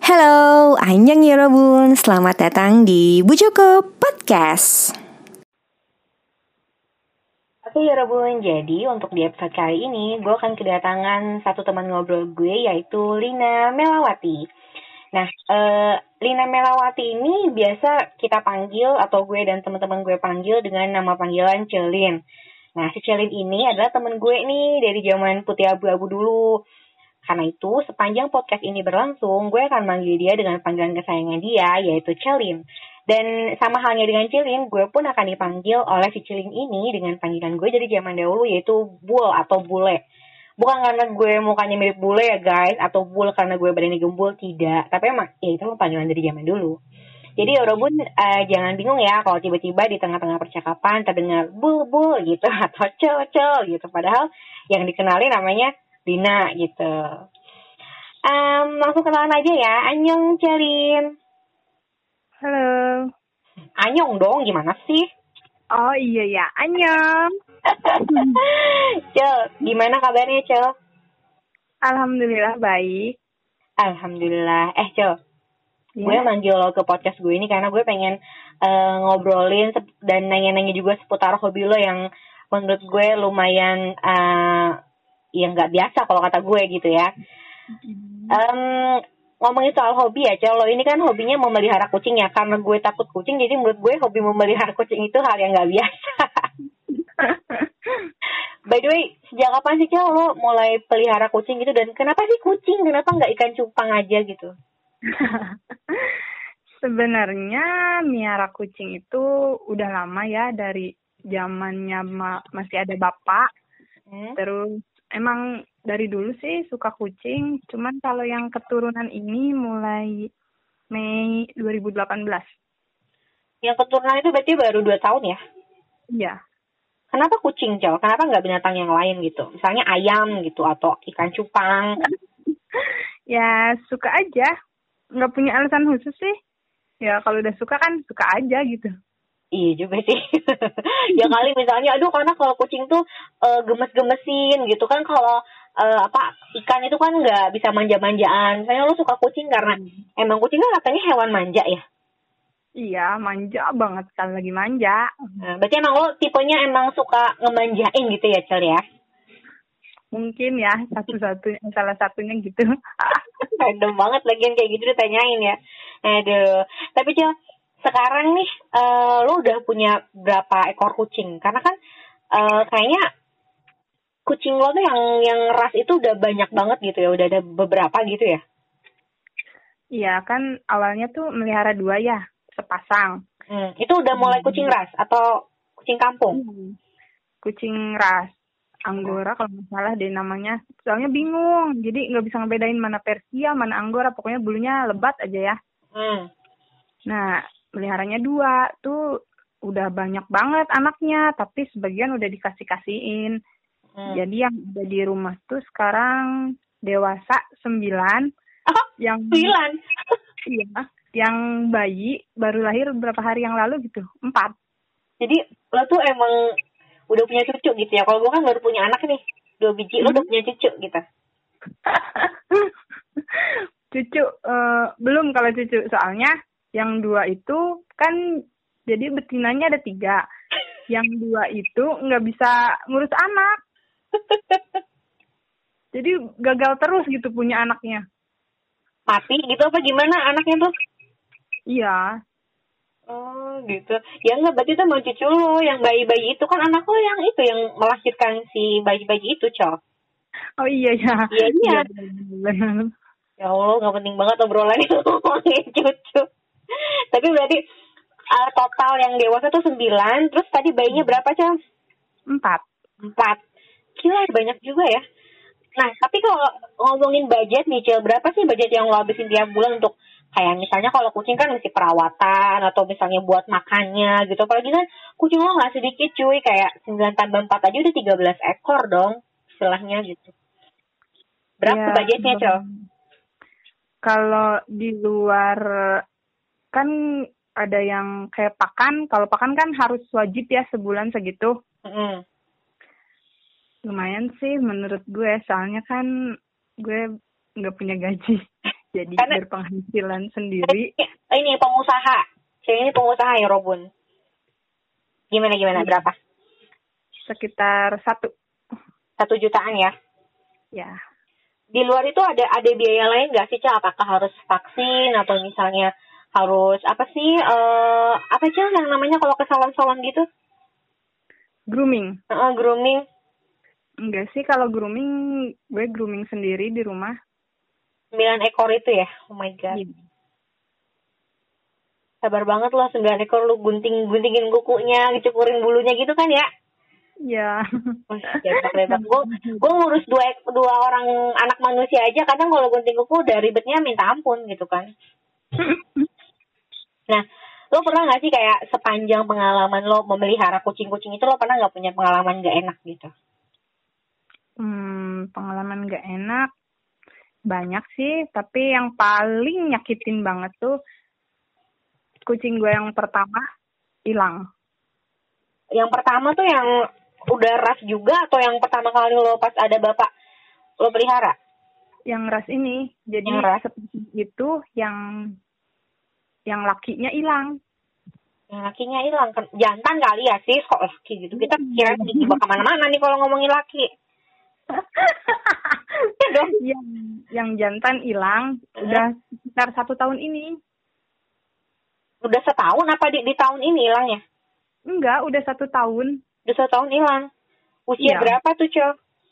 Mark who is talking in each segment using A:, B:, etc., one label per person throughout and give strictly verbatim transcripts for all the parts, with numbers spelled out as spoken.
A: Halo, Annyeong Yorobun. Selamat datang di Bu Joko Podcast.
B: Oke Yorobun, jadi untuk di episode kali ini gue akan kedatangan satu teman ngobrol gue, yaitu Lina Melawati. Nah, uh, Lina Melawati ini biasa kita panggil atau gue dan teman-teman gue panggil dengan nama panggilan Celin. Nah, si Celin ini adalah teman gue nih dari zaman putih abu-abu dulu. Karena itu, sepanjang podcast ini berlangsung, gue akan manggil dia dengan panggilan kesayangan dia, yaitu Celin. Dan sama halnya dengan Celin, gue pun akan dipanggil oleh si Celin ini dengan panggilan gue dari zaman dahulu, yaitu Bul atau Bule. Bukan karena gue mukanya mirip bule ya guys, atau Bul karena gue badannya gembul, tidak. Tapi emang, ya itu panggilan dari zaman dulu. Jadi Yorobun, uh, jangan bingung ya kalau tiba-tiba di tengah-tengah percakapan terdengar Bul-Bul gitu, atau Cel-Cel gitu. Padahal yang dikenali namanya Lina gitu. Um, langsung kenalan aja ya. Annyeong Celin.
C: Halo.
B: Annyeong dong, gimana sih?
C: Oh iya ya, annyeong.
B: Cel, gimana kabarnya Cel?
C: Alhamdulillah baik.
B: Alhamdulillah. Eh Cel,
C: Ya.
B: gue manggil lo ke podcast gue ini karena gue pengen uh, ngobrolin dan nanya-nanya juga seputar hobi lo yang menurut gue lumayan uh, yang nggak biasa kalau kata gue gitu ya. Um, ngomongin soal hobi ya, Cel, lo ini kan hobinya memelihara kucing ya. Karena gue takut kucing, jadi menurut gue hobi memelihara kucing itu hal yang nggak biasa. By the way, sejak kapan sih Cel lo mulai pelihara kucing gitu, dan kenapa sih kucing? Kenapa nggak ikan cupang aja gitu?
C: Sebenarnya miara kucing itu udah lama ya, dari zamannya ma- masih ada bapak. Hmm? Terus emang dari dulu sih suka kucing, cuman kalau yang keturunan ini mulai Mei dua ribu delapan belas.
B: Yang keturunan itu berarti baru dua tahun ya?
C: Iya.
B: Kenapa kucing, Cel? Kenapa nggak binatang yang lain gitu? Misalnya ayam gitu, atau ikan cupang?
C: Ya suka aja, nggak punya alasan khusus sih. Ya kalau udah suka kan suka aja gitu.
B: Iya juga sih. Ya kali misalnya, aduh karena kalau kucing tuh uh, gemes-gemesin gitu kan, kalau uh, apa ikan itu kan nggak bisa manja-manjaan. Misalnya lo suka kucing karena hmm. emang kucing kan katanya hewan manja ya?
C: Iya, manja banget kalau lagi manja.
B: Nah, berarti emang lo tipenya emang suka ngemanjain gitu ya, Cel ya?
C: Mungkin ya, satu-satunya, salah satunya gitu.
B: Random banget lagian kayak gitu ditanyain ya. Aduh, tapi Cel, sekarang nih uh, lo udah punya berapa ekor kucing? Karena kan uh, kayaknya kucing lo tuh yang yang ras itu udah banyak banget gitu ya, udah ada beberapa gitu ya?
C: Iya, kan awalnya tuh melihara dua ya, sepasang.
B: Hmm, itu udah mulai kucing ras atau kucing kampung?
C: Hmm. Kucing ras, Anggora kalau nggak salah deh namanya. Soalnya bingung, jadi nggak bisa ngebedain mana Persia, mana Anggora. Pokoknya bulunya lebat aja ya.
B: Hmm.
C: Nah, meliharanya dua, tuh udah banyak banget anaknya, tapi sebagian udah dikasih-kasihin. Hmm. Jadi yang udah di rumah tuh sekarang dewasa sembilan.
B: Oh, yang sembilan?
C: Iya. Yang bayi baru lahir beberapa hari yang lalu gitu, empat.
B: Jadi lo tuh emang udah punya cucu gitu ya? Kalau gue kan baru punya anak nih, dua biji, hmm. lo udah punya cucu gitu?
C: Cucu, uh, belum kalau cucu. Soalnya yang dua itu kan, jadi betinanya ada tiga. Yang dua itu nggak bisa ngurus anak. Jadi gagal terus gitu punya anaknya.
B: Mati gitu apa gimana anaknya tuh?
C: Iya.
B: Oh gitu. Ya enggak, berarti itu mau cucu lo yang bayi-bayi itu kan anak lo yang itu yang melahirkan si bayi-bayi itu, Cok.
C: Oh iya ya.
B: Iya iya.
C: Benar.
B: Ya Allah, nggak penting banget obrolan itu ngomongin cucu. Tapi berarti uh, total yang dewasa tuh sembilan, terus tadi bayinya berapa, Cok?
C: Empat.
B: Empat. Gila, banyak juga ya. Nah, tapi kalau ngomongin budget nih, Cil, berapa sih budget yang lo habisin tiap bulan untuk kayak misalnya kalau kucing kan mesti perawatan atau misalnya buat makannya gitu. Apalagi kan kucing lo nggak sedikit cuy, kayak sembilan tambah empat aja udah tiga belas ekor dong istilahnya gitu. Berapa ya, budgetnya, Cil?
C: Kalau di luar kan ada yang kayak pakan. Kalau pakan kan harus wajib ya sebulan segitu. Mm-hmm. Lumayan sih menurut gue, soalnya kan gue nggak punya gaji. Jadi
B: Karena,
C: berpenghasilan sendiri.
B: Ini pengusaha. Cewek ini pengusaha ya, Robun. Gimana gimana
C: Iya.
B: berapa?
C: Sekitar satu.
B: Satu jutaan ya?
C: Ya.
B: Di luar itu ada ada biaya lain nggak sih, Cel? Apakah harus vaksin atau misalnya harus apa sih? Uh, apa Cel yang namanya kalau ke salon-salon gitu?
C: Grooming.
B: Uh, grooming.
C: Enggak sih, kalau grooming gue grooming sendiri di rumah.
B: Sembilan ekor itu ya? Oh my god.
C: Iya.
B: Sabar banget loh, sembilan ekor lu gunting-guntingin kukunya, dicukurin bulunya gitu kan ya?
C: Iya.
B: Oh, debak-debak. Gue gue ngurus dua dua orang anak manusia aja, kadang kalau gunting kuku udah ribetnya minta ampun gitu kan. Nah, lo pernah gak sih kayak sepanjang pengalaman lo memelihara kucing-kucing itu, lo pernah gak punya pengalaman gak enak gitu?
C: Hmm, pengalaman gak enak banyak sih, tapi yang paling nyakitin banget tuh kucing gue yang pertama hilang.
B: Yang pertama tuh yang udah ras juga atau yang pertama kali lo pas ada bapak lo pelihara?
C: Yang ras ini. Jadi
B: yang ras
C: itu yang yang lakinya hilang.
B: Yang lakinya hilang kan jantan kali ya sih, kok laki gitu. Kita kira dibawa kemana-mana nih kalau ngomongin laki.
C: yang yang jantan hilang udah sekitar satu tahun ini.
B: Udah setahun apa di, di tahun ini hilangnya?
C: Enggak, udah satu tahun.
B: Udah satu tahun hilang. Usia iya. Berapa tuh, Cel?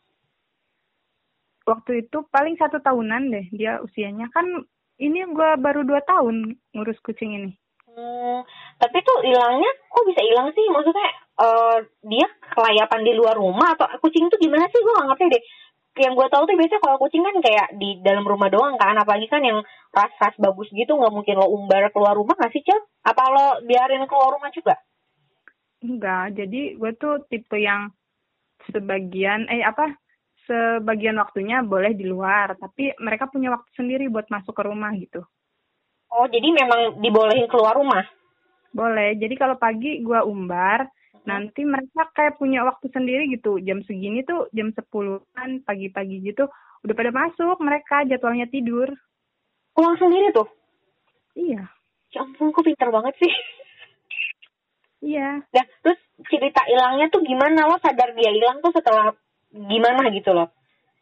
C: Waktu itu paling satu tahunan deh dia usianya. Kan ini gue baru dua tahun ngurus kucing ini.
B: Hmm, tapi tuh hilangnya kok bisa hilang sih? Maksudnya uh, dia kelayapan di luar rumah atau kucing tuh gimana sih? Gue gak ngerti deh. Yang gue tahu tuh biasanya kalau kucing kan kayak di dalam rumah doang kan, apalagi kan yang ras-ras bagus gitu nggak mungkin lo umbar keluar rumah nggak sih, Cel? Apa lo biarin keluar rumah juga?
C: Enggak, jadi gue tuh tipe yang sebagian eh apa sebagian waktunya boleh di luar, tapi mereka punya waktu sendiri buat masuk ke rumah gitu.
B: Oh, jadi memang dibolehin keluar rumah?
C: Boleh. Jadi kalau pagi gue umbar, hmm. nanti mereka kayak punya waktu sendiri gitu. Jam segini tuh jam sepuluhan pagi-pagi gitu udah pada masuk, mereka jadwalnya tidur.
B: Pulang sendiri tuh?
C: Iya.
B: Ya ampun, kok pintar banget sih.
C: Iya.
B: Nah, terus cerita hilangnya tuh gimana? Lo sadar dia hilang tuh setelah gimana gitu loh?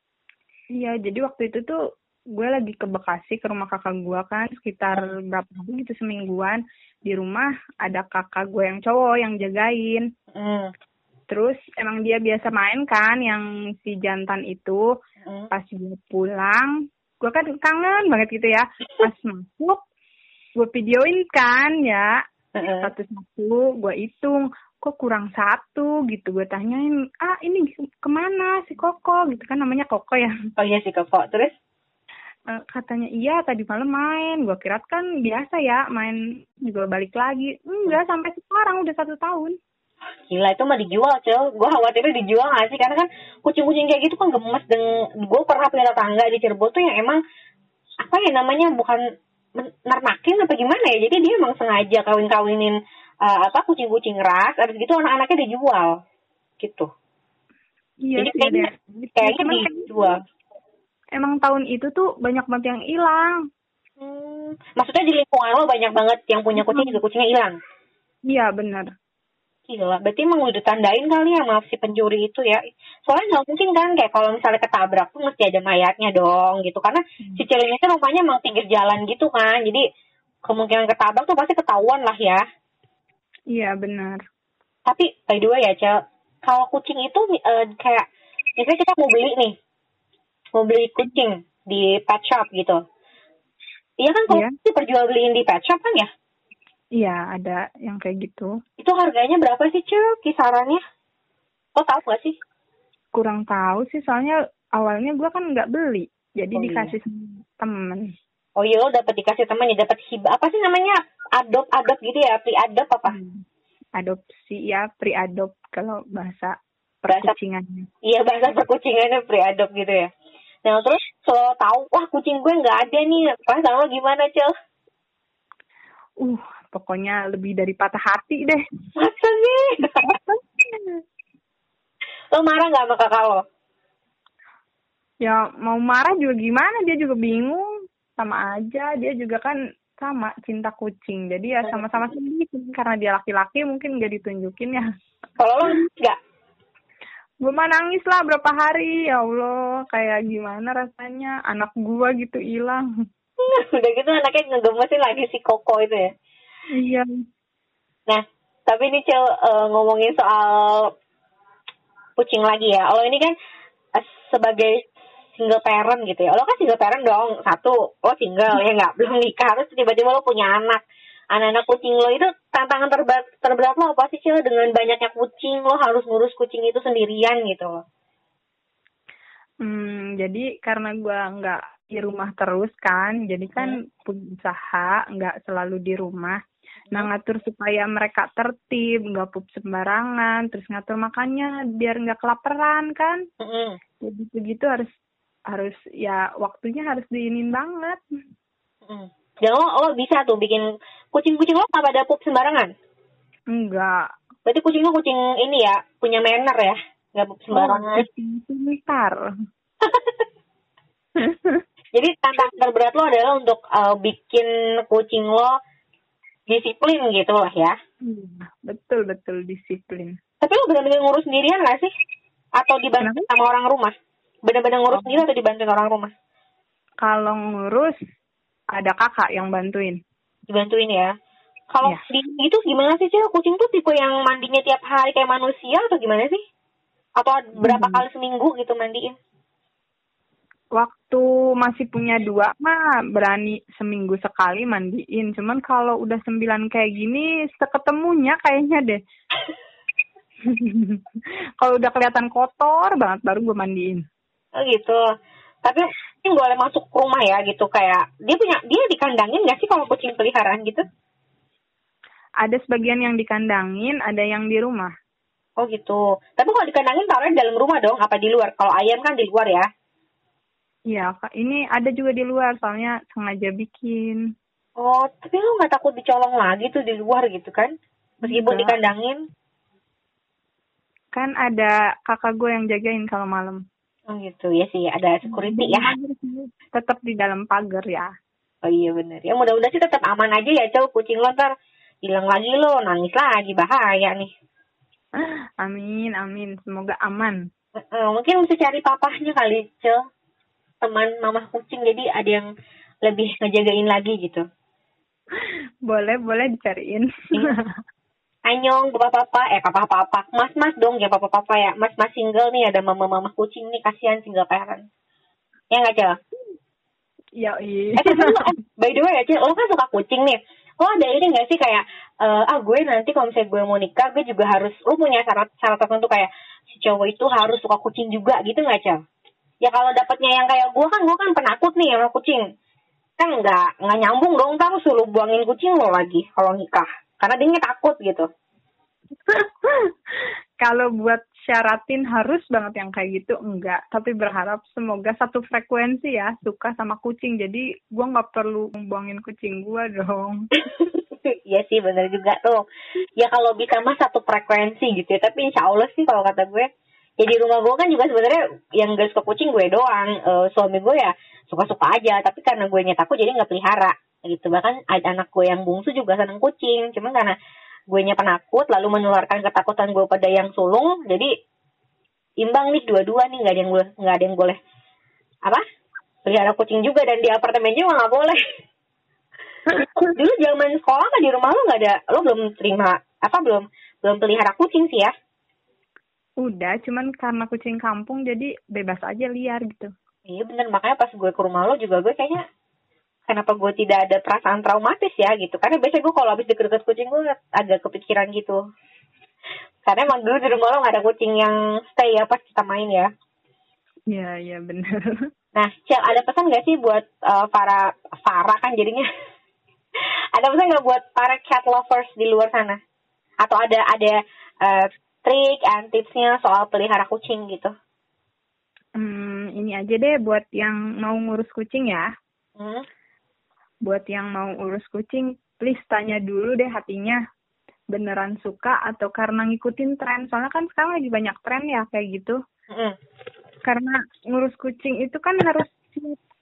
C: Iya, jadi waktu itu tuh gue lagi ke Bekasi ke rumah kakak gue kan sekitar berapa hari gitu semingguan. Di rumah ada kakak gue yang cowok yang jagain.
B: Mm.
C: Terus emang dia biasa main kan yang si jantan itu. Mm. Pas gue pulang, gue kan kangen banget gitu ya. Pas masuk, gue videoin kan ya. Mm-hmm. Satu-satu gue hitung, kok kurang satu gitu. Gue tanyain, ah ini kemana si Koko gitu kan, namanya Koko ya.
B: Oh iya si Koko. Terus?
C: Uh, katanya iya tadi malam main. Gue kira kan biasa ya main juga balik lagi. Enggak, sampai sekarang udah satu tahun.
B: Gila, itu mah dijual, Cel. Gue khawatirnya dijual gak sih? Karena kan kucing-kucing kayak gitu kan gemes. Dan gue pernah punya tetangga di Cirebon tuh yang emang apa ya namanya, bukan nernakin apa gimana ya, jadi dia emang sengaja kawin-kawinin uh, apa kucing-kucing ras, abis gitu anak-anaknya dijual gitu.
C: Iya,
B: jadi kayaknya kayaknya dijual.
C: Emang tahun itu tuh banyak banget yang hilang.
B: Hmm, maksudnya di lingkungan lo banyak banget yang punya kucing juga kucingnya hilang?
C: Iya benar.
B: Gila, berarti emang udah tandain kali ya sama si pencuri itu ya. Soalnya nggak mungkin kan kayak kalau misalnya ketabrak tuh mesti ada mayatnya dong gitu. Karena hmm. si ceweknya tuh rumahnya emang pinggir jalan gitu kan. Jadi kemungkinan ketabrak tuh pasti ketahuan lah ya.
C: Iya benar.
B: Tapi by the way ya Cel, kalau kucing itu uh, kayak misalnya kita mau beli nih, mau beli kucing di pet shop gitu. Iya kan kalau yeah. perjual beliin di pet shop kan ya?
C: Iya, ada yang kayak gitu.
B: Itu harganya berapa sih, Cel? Kisarannya? Lo tahu gak sih?
C: Kurang tahu sih, soalnya awalnya gue kan nggak beli. Jadi oh, dikasih
B: iya.
C: temen.
B: Oh iya, lo dapet dikasih temen ya, dapet hibah. Apa sih namanya? Adopt-adopt gitu ya? Pre-adopt apa?
C: Hmm. Adopsi ya, pre-adopt kalau bahasa
B: perkucingannya. Iya, bahasa perkucingannya pre-adopt gitu ya. Nah, terus lo tahu, wah kucing gue nggak ada nih. Perasaan lo gimana, Cel?
C: Uh, pokoknya lebih dari patah hati deh.
B: Masa sih? Lo marah gak sama kakak lo?
C: Ya mau marah juga gimana, dia juga bingung. sama aja. Dia juga kan sama cinta kucing. Jadi ya sama-sama sedih. Karena dia laki-laki mungkin nggak ditunjukin ya.
B: Kalau lo nggak?
C: Gue mah nangis lah berapa hari. Ya Allah, kayak gimana rasanya anak gue gitu hilang.
B: Udah gitu anaknya ngegemesin lagi si Koko itu ya.
C: Iya.
B: Nah, tapi ini Cel uh, ngomongin soal kucing lagi ya. Lo ini kan uh, sebagai single parent gitu ya. Lo kan single parent dong. Satu, lo single ya nggak? Belum nikah. Terus tiba-tiba lo punya anak. Anak-anak kucing lo itu tantangan terberat, terberat lo apa sih Cel? Dengan banyaknya kucing, lo harus ngurus kucing itu sendirian gitu loh.
C: Hmm, jadi karena gue nggak di rumah terus kan, jadi kan hmm. punya usaha, nggak selalu di rumah. Nah, ngatur supaya mereka tertib, nggak pup sembarangan, terus ngatur makannya biar nggak kelaparan kan. Mm-hmm. Jadi begitu harus harus ya waktunya harus diinin banget.
B: Mm. Dan lo, lo bisa tuh bikin kucing-kucing lo apa ada pup sembarangan?
C: Enggak.
B: Berarti kucing lo kucing ini ya, punya manner ya, nggak pup sembarangan.
C: Oh, kucing pintar.
B: Jadi tantangan terberat lo adalah untuk uh, bikin kucing lo disiplin gitu lah ya.
C: Hmm, betul betul disiplin.
B: Tapi lo benar-benar ngurus sendirian nggak sih? Atau dibantu Kenapa? sama orang rumah? Benar-benar ngurus oh. sendiri atau dibantuin orang rumah?
C: Kalau ngurus ada kakak yang bantuin.
B: Dibantuin ya. Kalau ya. di itu gimana sih Cil? Kucing tuh tipe yang mandinya tiap hari kayak manusia atau gimana sih? Atau berapa hmm. kali seminggu gitu mandiin?
C: Waktu masih punya dua mah berani seminggu sekali mandiin. Cuman kalau udah sembilan kayak gini seketemunya kayaknya deh. Kalau udah kelihatan kotor banget baru gue mandiin.
B: Oh gitu. Tapi kucing boleh masuk ke rumah ya gitu kayak dia punya dia dikandangin nggak sih kalau kucing peliharaan gitu?
C: Ada sebagian yang dikandangin, ada yang di rumah.
B: Oh gitu. Tapi kalau dikandangin taruhnya di dalam rumah dong, apa di luar? Kalau ayam kan di luar ya.
C: Iya, Kak. Ini ada juga di luar, soalnya sengaja bikin.
B: Oh, tapi lu nggak takut dicolong lagi tuh di luar gitu kan? Meskipun Enggak. dikandangin.
C: Kan ada kakak gue yang jagain kalau malam.
B: Oh gitu, ya sih. Ada security ya.
C: Tetap di dalam pagar ya.
B: Oh iya benar. Ya mudah-mudahan sih tetap aman aja ya, Cel. Kucing lo ntar hilang lagi lo, nangis lagi. Bahaya nih.
C: Amin, amin. Semoga aman.
B: Uh, mungkin mesti cari papahnya kali, Cel. Teman mama kucing, jadi ada yang lebih ngejagain lagi gitu.
C: Boleh, boleh dicariin.
B: Anyong, papa-papa, eh papa-papa, mas-mas dong ya papa-papa ya. Mas-mas single nih, ada mama-mama kucing nih, kasihan single parent. Ya nggak, Cel?
C: Ya, iya.
B: Eh, eh, by the way ya, Cel, lo kan suka kucing nih. Lo ada ini nggak sih kayak, uh, ah gue nanti kalau misalnya gue mau nikah, gue juga harus, lo punya syarat syarat tertentu kayak si cowok itu harus suka kucing juga gitu nggak, Cel? Ya kalau dapatnya yang kayak gue kan, gue kan penakut nih sama kucing. Kan nggak nggak nyambung dong, ntar suruh buangin kucing lo lagi kalau nikah. Karena dia takut gitu.
C: Kalau buat syaratin harus banget yang kayak gitu, enggak. Tapi berharap semoga satu frekuensi ya, suka sama kucing. Jadi gue nggak perlu buangin kucing gue dong.
B: Iya sih, bener juga tuh. Ya kalau bisa mah satu frekuensi gitu ya. Tapi insya Allah sih kalau kata gue, ya di rumah gue kan juga sebenarnya yang gak suka kucing gue doang. Uh, suami gue ya suka-suka aja. Tapi karena gue takut jadi gak pelihara gitu. Bahkan ada anak gue yang bungsu juga seneng kucing. Cuman karena gue nya penakut lalu menularkan ketakutan gue pada yang sulung. Jadi imbang nih dua-dua nih. Gak ada yang boleh, gak ada yang boleh apa? Pelihara kucing juga. Dan di apartemen juga gak boleh. Dulu zaman sekolah kan di rumah lo gak ada. Lo belum terima apa belum belum pelihara kucing sih ya?
C: Udah, cuman karena kucing kampung jadi bebas aja liar gitu.
B: Iya bener, makanya pas gue ke rumah lo juga gue kayaknya kenapa gue tidak ada perasaan traumatis ya gitu. Karena biasanya gue kalau habis deket-deket kucing gue agak kepikiran gitu. Karena emang dulu di rumah lo gak ada kucing yang stay ya pas kita main ya.
C: Iya, iya bener.
B: Nah, Cel, ada pesan gak sih buat uh, para, para kan jadinya? Ada pesan gak buat para cat lovers di luar sana? Atau ada ada uh, trik and tipsnya soal pelihara kucing gitu?
C: Hmm, ini aja deh buat yang mau ngurus kucing ya.
B: Hmm?
C: Buat yang mau urus kucing, please tanya dulu deh hatinya. Beneran suka atau karena ngikutin tren? Soalnya kan sekarang lagi banyak tren ya kayak gitu.
B: Hmm.
C: Karena ngurus kucing itu kan harus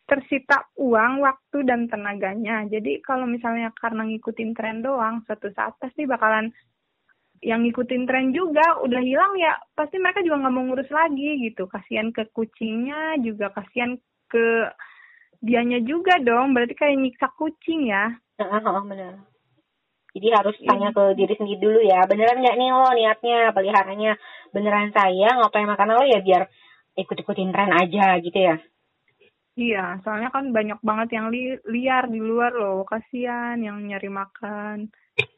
C: tersita uang, waktu, dan tenaganya. Jadi kalau misalnya karena ngikutin tren doang, suatu saat pasti bakalan yang ngikutin tren juga udah hilang ya, pasti mereka juga nggak mau ngurus lagi gitu. Kasihan ke kucingnya juga, kasihan ke dianya juga dong, berarti kayak nyiksa kucing ya.
B: Heeh, heeh, benar. Jadi harus tanya ke diri sendiri dulu ya, beneran nggak nih lo niatnya peliharanya beneran sayang atau emang karena lo ya biar ikut-ikutin tren aja gitu ya?
C: Iya, soalnya kan banyak banget yang li- liar di luar loh, kasihan yang nyari makan.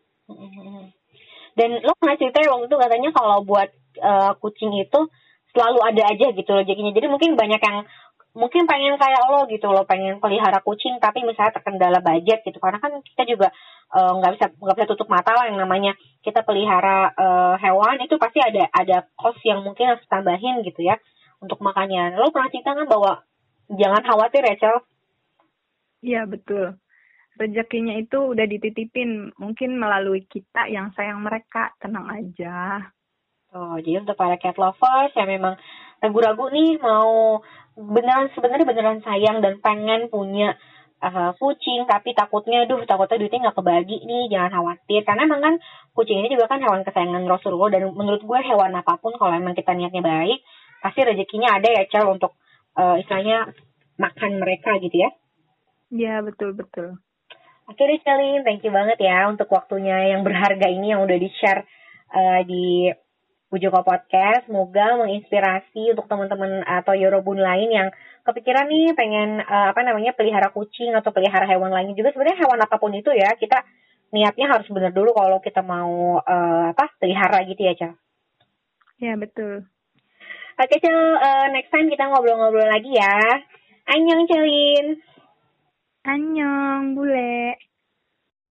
B: Dan lo pernah cerita ya waktu itu katanya kalau buat uh, kucing itu selalu ada aja gitu rezekinya. Jadi mungkin banyak yang mungkin pengen kayak lo gitu lo pengen pelihara kucing tapi misalnya terkendala budget gitu, karena kan kita juga nggak uh, bisa nggak bisa tutup mata lah yang namanya kita pelihara uh, hewan itu pasti ada ada cost yang mungkin harus tambahin gitu ya untuk makannya. Lo pernah cerita kan bahwa jangan khawatir ya Cel?
C: Iya betul, rezekinya itu udah dititipin mungkin melalui kita yang sayang mereka, tenang aja.
B: Oh, jadi untuk para cat lovers yang memang ragu-ragu nih mau beneran sebenarnya beneran sayang dan pengen punya uh, kucing tapi takutnya duh takutnya duitnya nggak kebagi nih, jangan khawatir karena emang kan kucing ini juga kan hewan kesayangan Rasulullah dan menurut gue hewan apapun kalau emang kita niatnya baik pasti rezekinya ada ya Cel untuk uh, istilahnya makan mereka gitu ya.
C: Iya betul betul.
B: Oke deh Celin, thank you banget ya untuk waktunya yang berharga ini yang udah di share uh, di Bujoko Podcast. Semoga menginspirasi untuk teman-teman atau Yorobun lain yang kepikiran nih pengen uh, apa namanya pelihara kucing atau pelihara hewan lain juga. Sebenarnya hewan apapun itu ya, kita niatnya harus benar dulu kalau kita mau uh, apa pelihara gitu ya, Cel.
C: Ya betul.
B: Oke, Cel, uh, next time kita ngobrol-ngobrol lagi ya. Annyeong, Celin.
C: Annyeong, Bule.